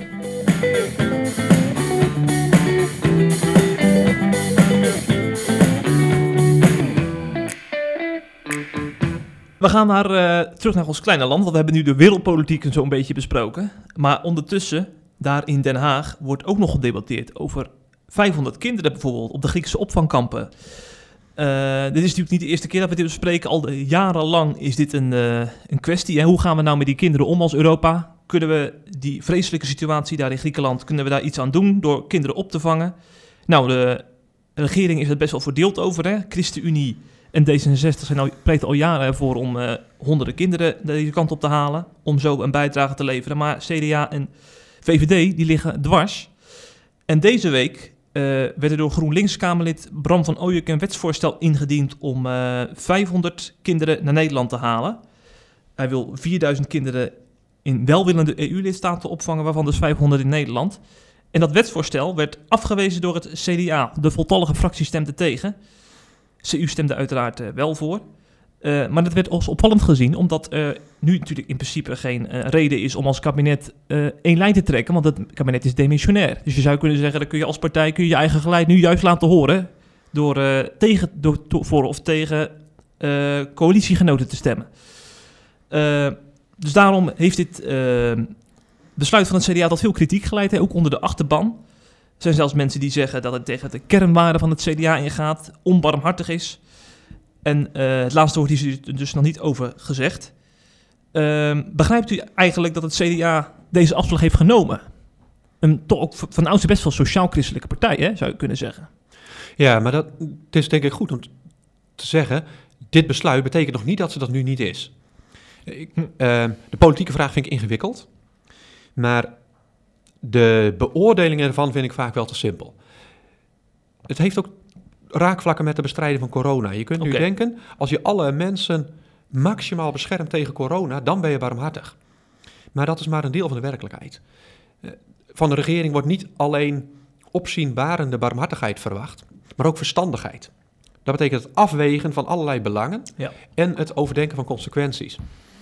We gaan terug naar ons kleine land, want we hebben nu de wereldpolitiek en zo een beetje besproken. Maar ondertussen, daar in Den Haag, wordt ook nog gedebatteerd over 500 kinderen bijvoorbeeld op de Griekse opvangkampen. Dit is natuurlijk niet de eerste keer dat we dit bespreken. Al jarenlang is dit een kwestie. Hoe gaan we nou met die kinderen om als Europa? kunnen we die vreselijke situatie daar in Griekenland, kunnen we daar iets aan doen door kinderen op te vangen? Nou, de regering is het best wel verdeeld over. Hè? ChristenUnie en D66 pleiten al jaren ervoor om honderden kinderen deze kant op te halen, om zo een bijdrage te leveren. Maar CDA en VVD, die liggen dwars. En deze week werd er door GroenLinks-Kamerlid Bram van Ooyek een wetsvoorstel ingediend om 500 kinderen naar Nederland te halen. Hij wil 4000 kinderen in welwillende EU-lidstaten opvangen, waarvan dus 500 in Nederland. En dat wetsvoorstel werd afgewezen door het CDA. De voltallige fractie stemde tegen. CU stemde uiteraard wel voor. Maar dat werd als opvallend gezien, omdat nu natuurlijk in principe geen reden is om als kabinet één lijn te trekken, want het kabinet is demissionair. Dus je zou kunnen zeggen, dan kun je als partij je eigen geleid nu juist laten horen door voor of tegen coalitiegenoten te stemmen. Dus daarom heeft dit besluit van het CDA tot veel kritiek geleid, hè, ook onder de achterban. Er zijn zelfs mensen die zeggen dat het tegen de kernwaarden van het CDA ingaat, onbarmhartig is. En het laatste woord is er dus nog niet over gezegd. Begrijpt u eigenlijk dat het CDA deze afslag heeft genomen? Toch ook van oudsher best wel sociaal-christelijke partij, hè, zou je kunnen zeggen. Ja, maar het is denk ik goed om te zeggen, dit besluit betekent nog niet dat ze dat nu niet is. De politieke vraag vind ik ingewikkeld, maar de beoordelingen ervan vind ik vaak wel te simpel. Het heeft ook raakvlakken met de bestrijding van corona. Je kunt nu denken, als je alle mensen maximaal beschermt tegen corona, dan ben je barmhartig. Maar dat is maar een deel van de werkelijkheid. Van de regering wordt niet alleen opzienbarende barmhartigheid verwacht, maar ook verstandigheid. Dat betekent het afwegen van allerlei belangen en het overdenken van consequenties.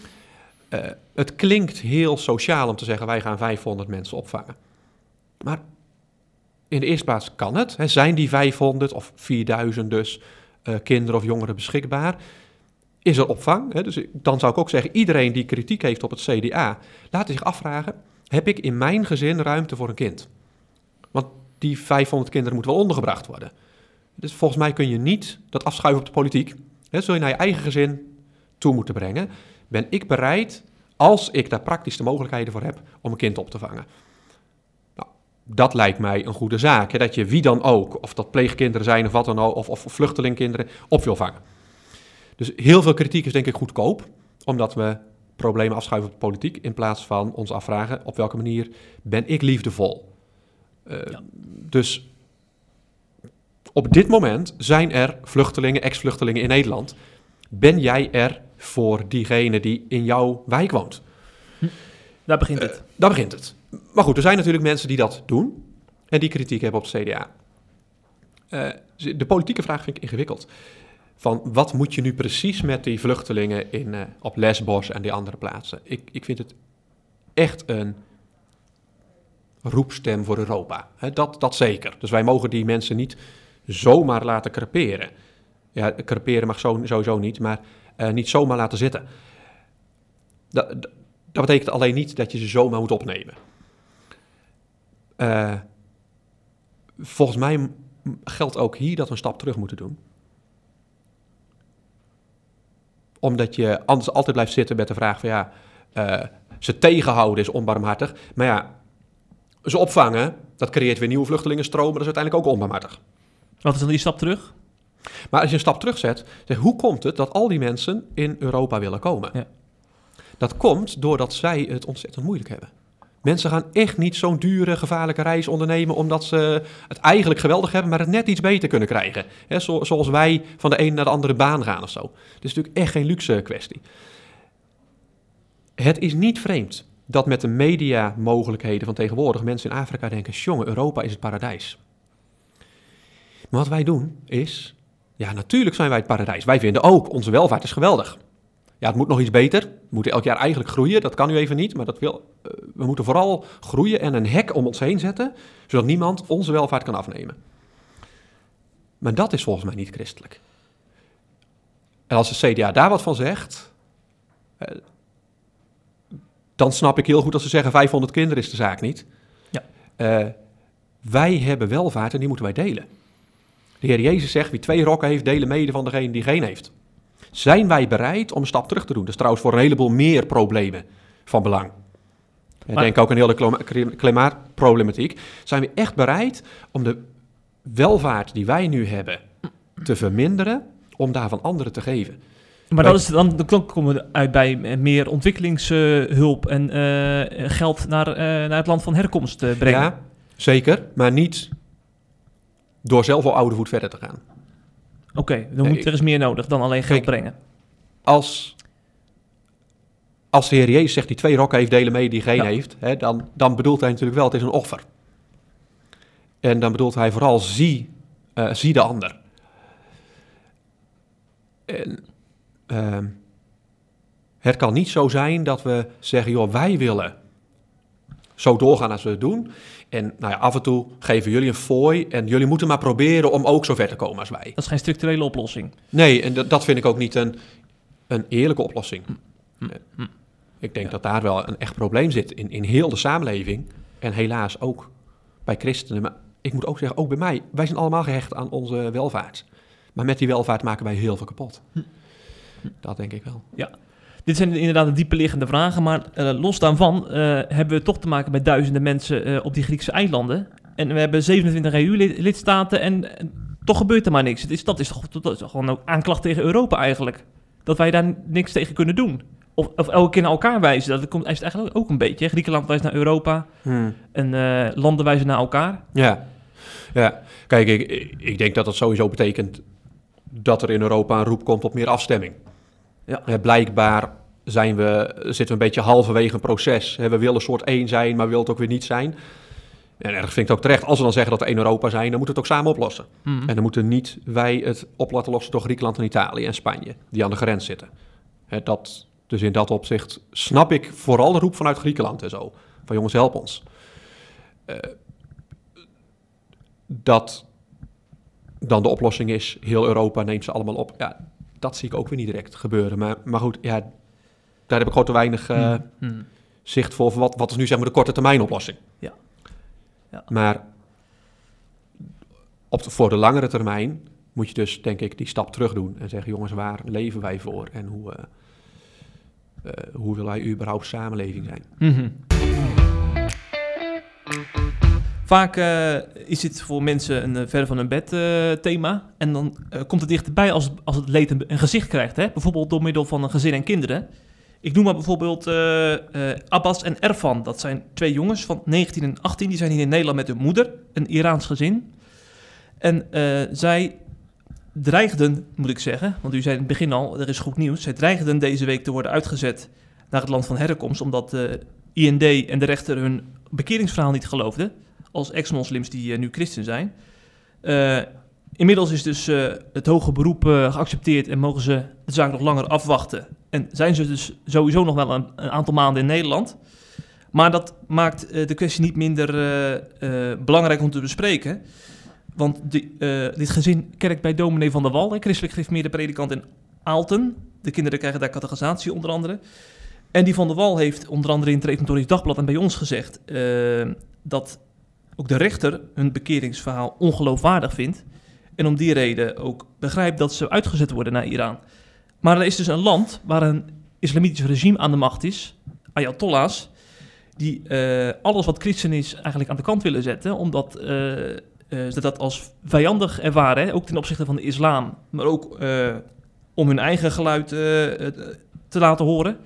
Het klinkt heel sociaal om te zeggen, wij gaan 500 mensen opvangen. Maar in de eerste plaats kan het. Zijn die 500 of 4000 dus kinderen of jongeren beschikbaar? Is er opvang? Dus dan zou ik ook zeggen, iedereen die kritiek heeft op het CDA, laat zich afvragen, heb ik in mijn gezin ruimte voor een kind? Want die 500 kinderen moeten wel ondergebracht worden. Dus volgens mij kun je niet dat afschuiven op de politiek. Zul je naar je eigen gezin toe moeten brengen. Ben ik bereid, als ik daar praktisch de mogelijkheden voor heb, om een kind op te vangen? Nou, dat lijkt mij een goede zaak. Dat je wie dan ook, of dat pleegkinderen zijn of wat dan ook, of vluchtelingkinderen, op wil vangen. Dus heel veel kritiek is denk ik goedkoop, omdat we problemen afschuiven op de politiek, in plaats van ons afvragen, op welke manier ben ik liefdevol? Dus op dit moment zijn er vluchtelingen, ex-vluchtelingen in Nederland. Ben jij er voor diegene die in jouw wijk woont? Daar begint het. Daar begint het. Maar goed, er zijn natuurlijk mensen die dat doen en die kritiek hebben op het CDA. De politieke vraag vind ik ingewikkeld. Van wat moet je nu precies met die vluchtelingen op Lesbos en die andere plaatsen? Ik vind het echt een roepstem voor Europa. Dat zeker. Dus wij mogen die mensen niet zomaar laten creperen. Ja, creperen mag sowieso niet, maar niet zomaar laten zitten. Dat betekent alleen niet dat je ze zomaar moet opnemen. Volgens mij geldt ook hier dat we een stap terug moeten doen. Omdat je anders altijd blijft zitten met de vraag van ze tegenhouden is onbarmhartig. Maar ja, ze opvangen, dat creëert weer nieuwe vluchtelingenstromen, dat is uiteindelijk ook onbarmhartig. Wat is dan die stap terug? Maar als je een stap terugzet, zeg, hoe komt het dat al die mensen in Europa willen komen? Ja. Dat komt doordat zij het ontzettend moeilijk hebben. Mensen gaan echt niet zo'n dure, gevaarlijke reis ondernemen omdat ze het eigenlijk geweldig hebben, maar het net iets beter kunnen krijgen. He, zoals wij van de een naar de andere baan gaan of zo. Het is natuurlijk echt geen luxe kwestie. Het is niet vreemd dat met de mediamogelijkheden van tegenwoordig mensen in Afrika denken, jongen, Europa is het paradijs. Maar wat wij doen is, ja, natuurlijk zijn wij het paradijs. Wij vinden ook, onze welvaart is geweldig. Ja, het moet nog iets beter. We moeten elk jaar eigenlijk groeien. Dat kan nu even niet, maar we moeten vooral groeien en een hek om ons heen zetten, zodat niemand onze welvaart kan afnemen. Maar dat is volgens mij niet christelijk. En als de CDA daar wat van zegt, dan snap ik heel goed als ze zeggen 500 kinderen is de zaak niet. Ja. Wij hebben welvaart en die moeten wij delen. De Heer Jezus zegt, wie 2 rokken heeft, delen mede van degene die geen heeft. Zijn wij bereid om een stap terug te doen? Dat is trouwens voor een heleboel meer problemen van belang. Denk ook aan heel de klimaatproblematiek. Zijn we echt bereid om de welvaart die wij nu hebben te verminderen, om daarvan anderen te geven? Maar dan komen we uit bij meer ontwikkelingshulp en geld naar het land van herkomst brengen. Ja, zeker, maar niet door zelf al oude voet verder te gaan. Oké, er is meer nodig dan alleen geld brengen. Als de Heer Jezus zegt, die 2 rokken heeft, delen mee die geen heeft, hè, dan bedoelt hij natuurlijk wel, het is een offer. En dan bedoelt hij vooral, zie de ander. En het kan niet zo zijn dat we zeggen, joh, wij willen zo doorgaan als we het doen. En af en toe geven jullie een fooi en jullie moeten maar proberen om ook zo ver te komen als wij. Dat is geen structurele oplossing. Nee, en dat vind ik ook niet een eerlijke oplossing. Ik denk dat daar wel een echt probleem zit in heel de samenleving. En helaas ook bij christenen. Maar ik moet ook zeggen, ook bij mij. Wij zijn allemaal gehecht aan onze welvaart. Maar met die welvaart maken wij heel veel kapot. Dat denk ik wel. Ja. Dit zijn inderdaad de dieperliggende vragen, maar los daarvan hebben we toch te maken met duizenden mensen op die Griekse eilanden. En we hebben 27 EU-lidstaten en toch gebeurt er maar niks. Dat is toch gewoon ook aanklacht tegen Europa eigenlijk. Dat wij daar niks tegen kunnen doen. Of elke keer naar elkaar wijzen. Dat is eigenlijk ook een beetje. Hè? Griekenland wijst naar Europa en landen wijzen naar elkaar. Ja. Kijk, ik denk dat dat sowieso betekent dat er in Europa een roep komt op meer afstemming. Ja. Blijkbaar zitten we een beetje halverwege een proces. We willen een soort één zijn, maar willen het ook weer niet zijn. En erg vind ik het ook terecht. Als we dan zeggen dat we één Europa zijn, dan moeten we het ook samen oplossen. En dan moeten niet wij het op laten lossen door Griekenland en Italië en Spanje, die aan de grens zitten. Dus in dat opzicht snap ik vooral de roep vanuit Griekenland en zo. Van jongens, help ons. Dat dan de oplossing is, heel Europa neemt ze allemaal op. Ja, dat zie ik ook weer niet direct gebeuren. Maar goed, ja, daar heb ik gewoon te weinig zicht voor. Wat is nu zeg maar de korte termijn oplossing? Ja. Maar voor de langere termijn moet je dus, denk ik, die stap terug doen. En zeggen, jongens, waar leven wij voor? En hoe willen wij überhaupt samenleving zijn? Vaak is dit voor mensen een ver van hun bed thema. En dan komt het dichterbij als het leed een gezicht krijgt. Hè? Bijvoorbeeld door middel van een gezin en kinderen. Ik noem maar bijvoorbeeld Abbas en Erfan. Dat zijn 2 jongens van 19 en 18. Die zijn hier in Nederland met hun moeder. Een Iraans gezin. En zij dreigden, moet ik zeggen, want u zei in het begin al, er is goed nieuws. Zij dreigden deze week te worden uitgezet naar het land van herkomst, omdat de IND en de rechter hun bekeringsverhaal niet geloofden, als ex-moslims die nu christen zijn. Inmiddels is dus het hoge beroep geaccepteerd en mogen ze de zaak nog langer afwachten. En zijn ze dus sowieso nog wel een aantal maanden in Nederland. Maar dat maakt de kwestie niet minder belangrijk om te bespreken. Want dit gezin kerkt bij dominee Van der Wal, christelijk gereformeerde predikant in Aalten. De kinderen krijgen daar catechisatie onder andere. En die Van der Wal heeft onder andere in het Reformatorisch Dagblad en bij ons gezegd dat ook de rechter hun bekeringsverhaal ongeloofwaardig vindt. En om die reden ook begrijpt dat ze uitgezet worden naar Iran. Maar er is dus een land waar een islamitisch regime aan de macht is, Ayatollahs, die alles wat christen is eigenlijk aan de kant willen zetten, omdat ze dat als vijandig ervaren, hè? Ook ten opzichte van de islam, maar ook om hun eigen geluid te laten horen.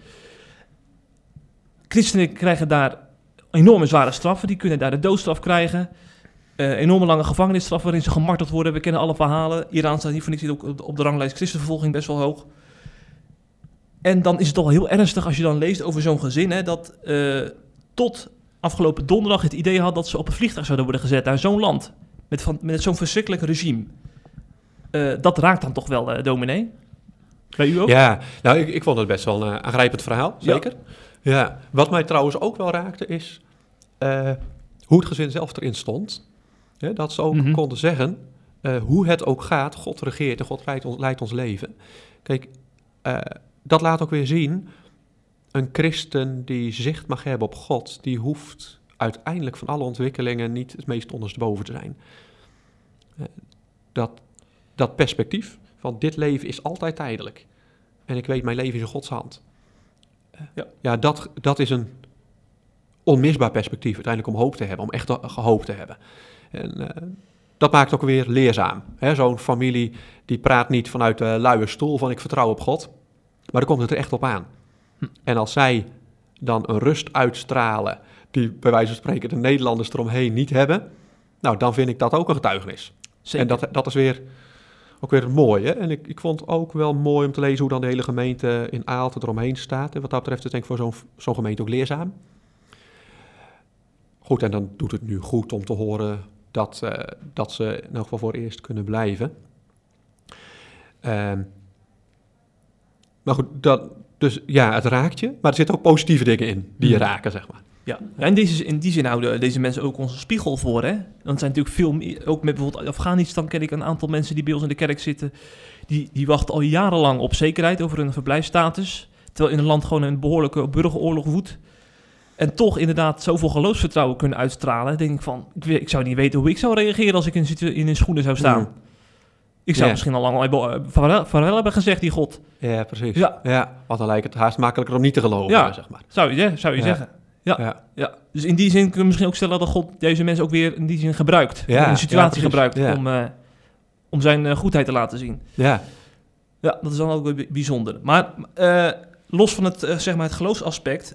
Christenen krijgen daar enorme zware straffen, die kunnen daar de doodstraf krijgen, enorme lange gevangenisstraf waarin ze gemarteld worden. We kennen alle verhalen. Iran staat niet voor niks ook op de ranglijst christenvervolging best wel hoog. En dan is het toch wel heel ernstig als je dan leest over zo'n gezin, hè, dat tot afgelopen donderdag het idee had dat ze op een vliegtuig zouden worden gezet naar zo'n land. Met zo'n verschrikkelijk regime. Dat raakt dan toch wel, dominee? Bij u ook? Ja, nou, ik vond het best wel een aangrijpend verhaal, zeker. Ja. Wat mij trouwens ook wel raakte is hoe het gezin zelf erin stond. Ja, dat ze ook konden zeggen, hoe het ook gaat, God regeert en God leidt ons leven. Kijk, dat laat ook weer zien, een christen die zicht mag hebben op God, die hoeft uiteindelijk van alle ontwikkelingen niet het meest ondersteboven te zijn. Dat perspectief van dit leven is altijd tijdelijk. En ik weet, mijn leven is in Gods hand. Dat is een onmisbaar perspectief uiteindelijk om hoop te hebben, om echt hoop te hebben. En dat maakt ook weer leerzaam. Hè? Zo'n familie die praat niet vanuit de luie stoel van ik vertrouw op God, maar dan komt het er echt op aan. En als zij dan een rust uitstralen die bij wijze van spreken de Nederlanders eromheen niet hebben, nou dan vind ik dat ook een getuigenis. Zeker. En dat is ook weer het mooie. En ik vond het ook wel mooi om te lezen hoe dan de hele gemeente in Aalten eromheen staat. En wat dat betreft is denk ik voor zo'n gemeente ook leerzaam. Goed, en dan doet het nu goed om te horen dat ze in elk geval voor eerst kunnen blijven. Maar goed, dus ja, het raakt je. Maar er zitten ook positieve dingen in die je raken, zeg maar. Ja, en in die zin houden deze mensen ook onze spiegel voor, hè? Want er zijn natuurlijk veel meer, ook met bijvoorbeeld Afghanistan ken ik een aantal mensen die bij ons in de kerk zitten, die wachten al jarenlang op zekerheid over hun verblijfsstatus, terwijl in een land gewoon een behoorlijke burgeroorlog woedt. En toch inderdaad zoveel geloofsvertrouwen kunnen uitstralen, denk ik van, ik zou niet weten hoe ik zou reageren als ik in hun schoenen zou staan. Ik zou misschien al lang vaarwel hebben gezegd, die God. Ja, precies. Ja, want dan lijkt het haast makkelijker om niet te geloven, zeg maar. Zou je zeggen. Ja. Dus in die zin kun je misschien ook stellen dat God deze mensen ook weer in die zin gebruikt. In een situatie gebruikt om zijn goedheid te laten zien. Ja, dat is dan ook weer bijzonder. Maar los van het geloofsaspect,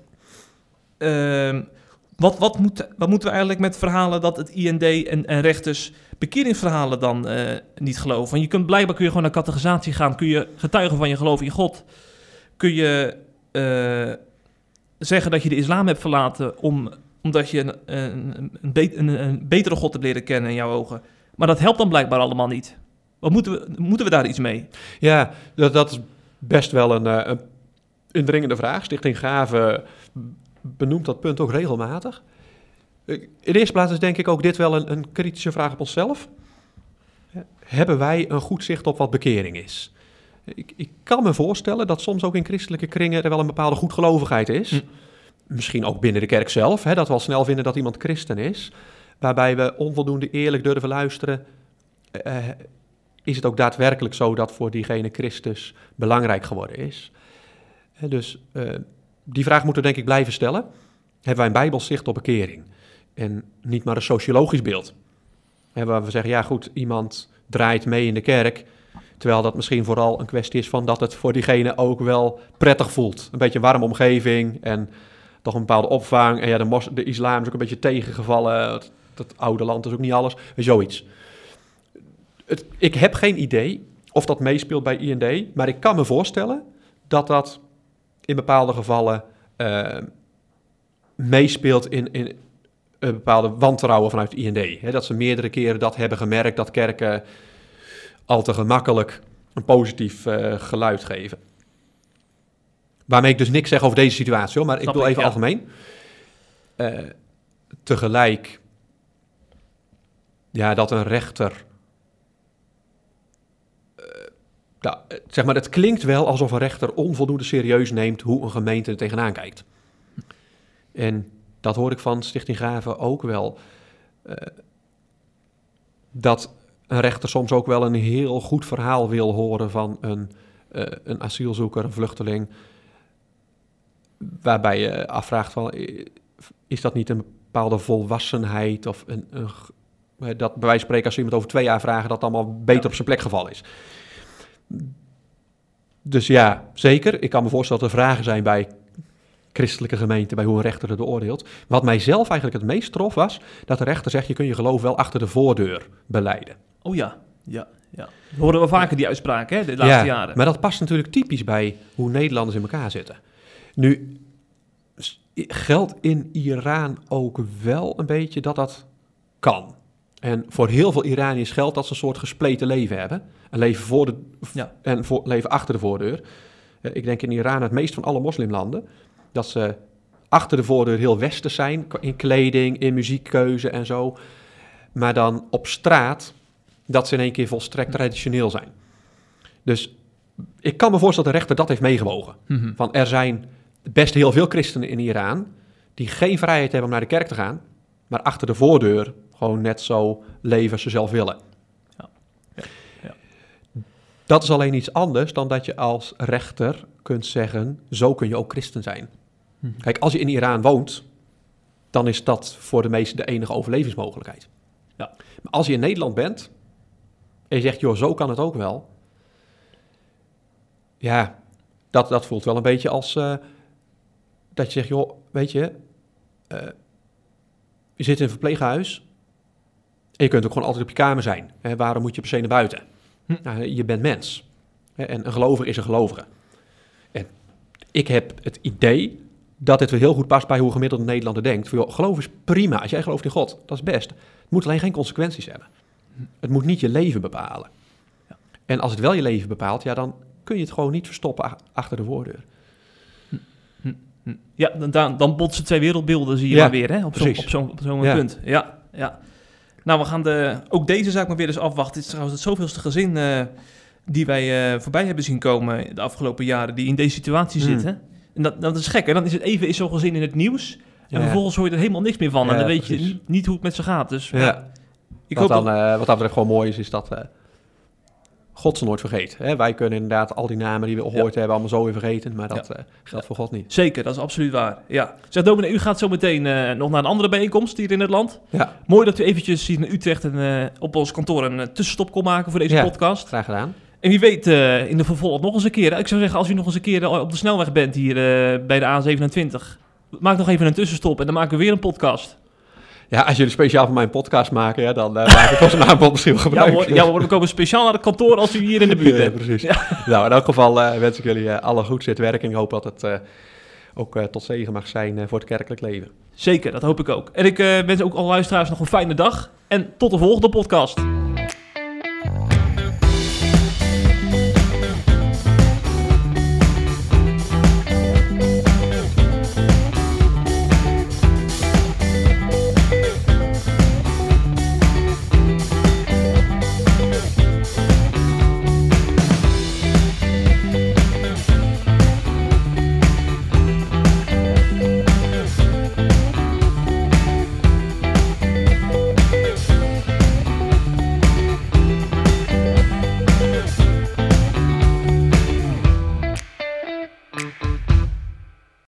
wat moeten we eigenlijk met verhalen dat het IND en rechters bekeringsverhalen dan niet geloven? Want blijkbaar kun je gewoon naar catechisatie gaan, kun je getuigen van je geloof in God, kun je zeggen dat je de islam hebt verlaten omdat je een betere God hebt leren kennen in jouw ogen. Maar dat helpt dan blijkbaar allemaal niet. Wat moeten we daar iets mee? Ja, dat is best wel een indringende vraag. Stichting Gave benoemt dat punt ook regelmatig. In de eerste plaats is denk ik ook dit wel een kritische vraag op onszelf. Hebben wij een goed zicht op wat bekering is? Ik kan me voorstellen dat soms ook in christelijke kringen er wel een bepaalde goedgelovigheid is. Misschien ook binnen de kerk zelf, dat we al snel vinden dat iemand christen is. Waarbij we onvoldoende eerlijk durven luisteren. Is het ook daadwerkelijk zo dat voor diegene Christus belangrijk geworden is? Dus die vraag moeten we denk ik blijven stellen. Hebben wij een bijbels zicht op bekering? En niet maar een sociologisch beeld. Waar we zeggen, ja goed, iemand draait mee in de kerk, terwijl dat misschien vooral een kwestie is van dat het voor diegene ook wel prettig voelt. Een beetje een warme omgeving en toch een bepaalde opvang. En ja, de islam is ook een beetje tegengevallen. Dat oude land is ook niet alles. Zoiets. Ik heb geen idee of dat meespeelt bij IND, maar ik kan me voorstellen dat dat in bepaalde gevallen meespeelt in bepaalde wantrouwen vanuit IND. Dat ze meerdere keren dat hebben gemerkt, dat kerken al te gemakkelijk een positief geluid geven. Waarmee ik dus niks zeg over deze situatie, hoor, maar ik bedoel even algemeen. Tegelijk, dat een rechter, het klinkt wel alsof een rechter onvoldoende serieus neemt hoe een gemeente er tegenaan kijkt. En dat hoor ik van Stichting Gave ook wel. Dat een rechter soms ook wel een heel goed verhaal wil horen van een asielzoeker, een vluchteling, waarbij je afvraagt van, is dat niet een bepaalde volwassenheid of dat bij wijze van spreken als we iemand over 2 jaar vragen dat allemaal beter op zijn plek gevallen is. Dus ja, zeker. Ik kan me voorstellen dat er vragen zijn bij christelijke gemeenten, bij hoe een rechter het beoordeelt. Wat mij zelf eigenlijk het meest trof was dat de rechter zegt, je kunt je geloof wel achter de voordeur belijden. Oh ja. Dat horen we vaker die uitspraken, de laatste jaren. Maar dat past natuurlijk typisch bij hoe Nederlanders in elkaar zitten. Nu geldt in Iran ook wel een beetje dat kan. En voor heel veel Iraniërs geldt dat ze een soort gespleten leven hebben. Een leven leven achter de voordeur. Ik denk in Iran het meest van alle moslimlanden dat ze achter de voordeur heel westers zijn, in kleding, in muziekkeuze en zo. Maar dan op straat dat ze in één keer volstrekt traditioneel zijn. Dus ik kan me voorstellen dat de rechter dat heeft meegewogen. Mm-hmm. Van er zijn best heel veel christenen in Iran die geen vrijheid hebben om naar de kerk te gaan, maar achter de voordeur gewoon net zo leven als ze zelf willen. Ja. Dat is alleen iets anders dan dat je als rechter kunt zeggen, zo kun je ook christen zijn. Kijk, als je in Iran woont, dan is dat voor de meesten de enige overlevingsmogelijkheid. Ja. Maar als je in Nederland bent en je zegt, joh, zo kan het ook wel. Ja, dat voelt wel een beetje als dat je zegt, joh, weet je, je zit in een verpleeghuis en je kunt ook gewoon altijd op je kamer zijn. Hè, waarom moet je per se naar buiten? Nou, je bent mens. Hè, en een gelovige is een gelovige. En ik heb het idee dat dit weer heel goed past bij hoe een gemiddelde Nederlander denkt. Van, joh, geloof is prima. Als jij gelooft in God, dat is best. Het moet alleen geen consequenties hebben. Het moet niet je leven bepalen. Ja. En als het wel je leven bepaalt, ja, dan kun je het gewoon niet verstoppen achter de voordeur. Ja, dan botsen twee wereldbeelden, zie je maar weer, hè? Op zo'n punt. Ja. Nou, we gaan ook deze zaak maar weer eens afwachten. Het is trouwens het zoveelste gezin die wij voorbij hebben zien komen de afgelopen jaren, die in deze situatie zitten. En dat is gek, hè? Dan is zo'n gezin in het nieuws en vervolgens hoor je er helemaal niks meer van. En dan weet je niet hoe het met ze gaat. Dus ik hoop wat dat betreft gewoon mooi is dat God ze nooit vergeet. Hè? Wij kunnen inderdaad al die namen die we gehoord hebben allemaal zo weer vergeten, maar dat geldt voor God niet. Zeker, dat is absoluut waar. Ja. Zeg, dominee, u gaat zo meteen nog naar een andere bijeenkomst hier in het land. Ja. Mooi dat u eventjes hier in Utrecht op ons kantoor een tussenstop kon maken voor deze podcast. Graag gedaan. En wie weet in de vervolg nog eens een keer. Ik zou zeggen, als u nog eens een keer op de snelweg bent hier bij de A27, maak nog even een tussenstop en dan maken we weer een podcast. Ja, als jullie speciaal voor mijn podcast maken, dan maak ik onze aanbod misschien gebruik. Ja, we komen speciaal naar het kantoor als u hier in de buurt bent. Precies. Ja. Nou, in elk geval wens ik jullie alle goeds in het werk en ik hoop dat het ook tot zegen mag zijn voor het kerkelijk leven. Zeker, dat hoop ik ook. En ik wens ook alle luisteraars nog een fijne dag en tot de volgende podcast.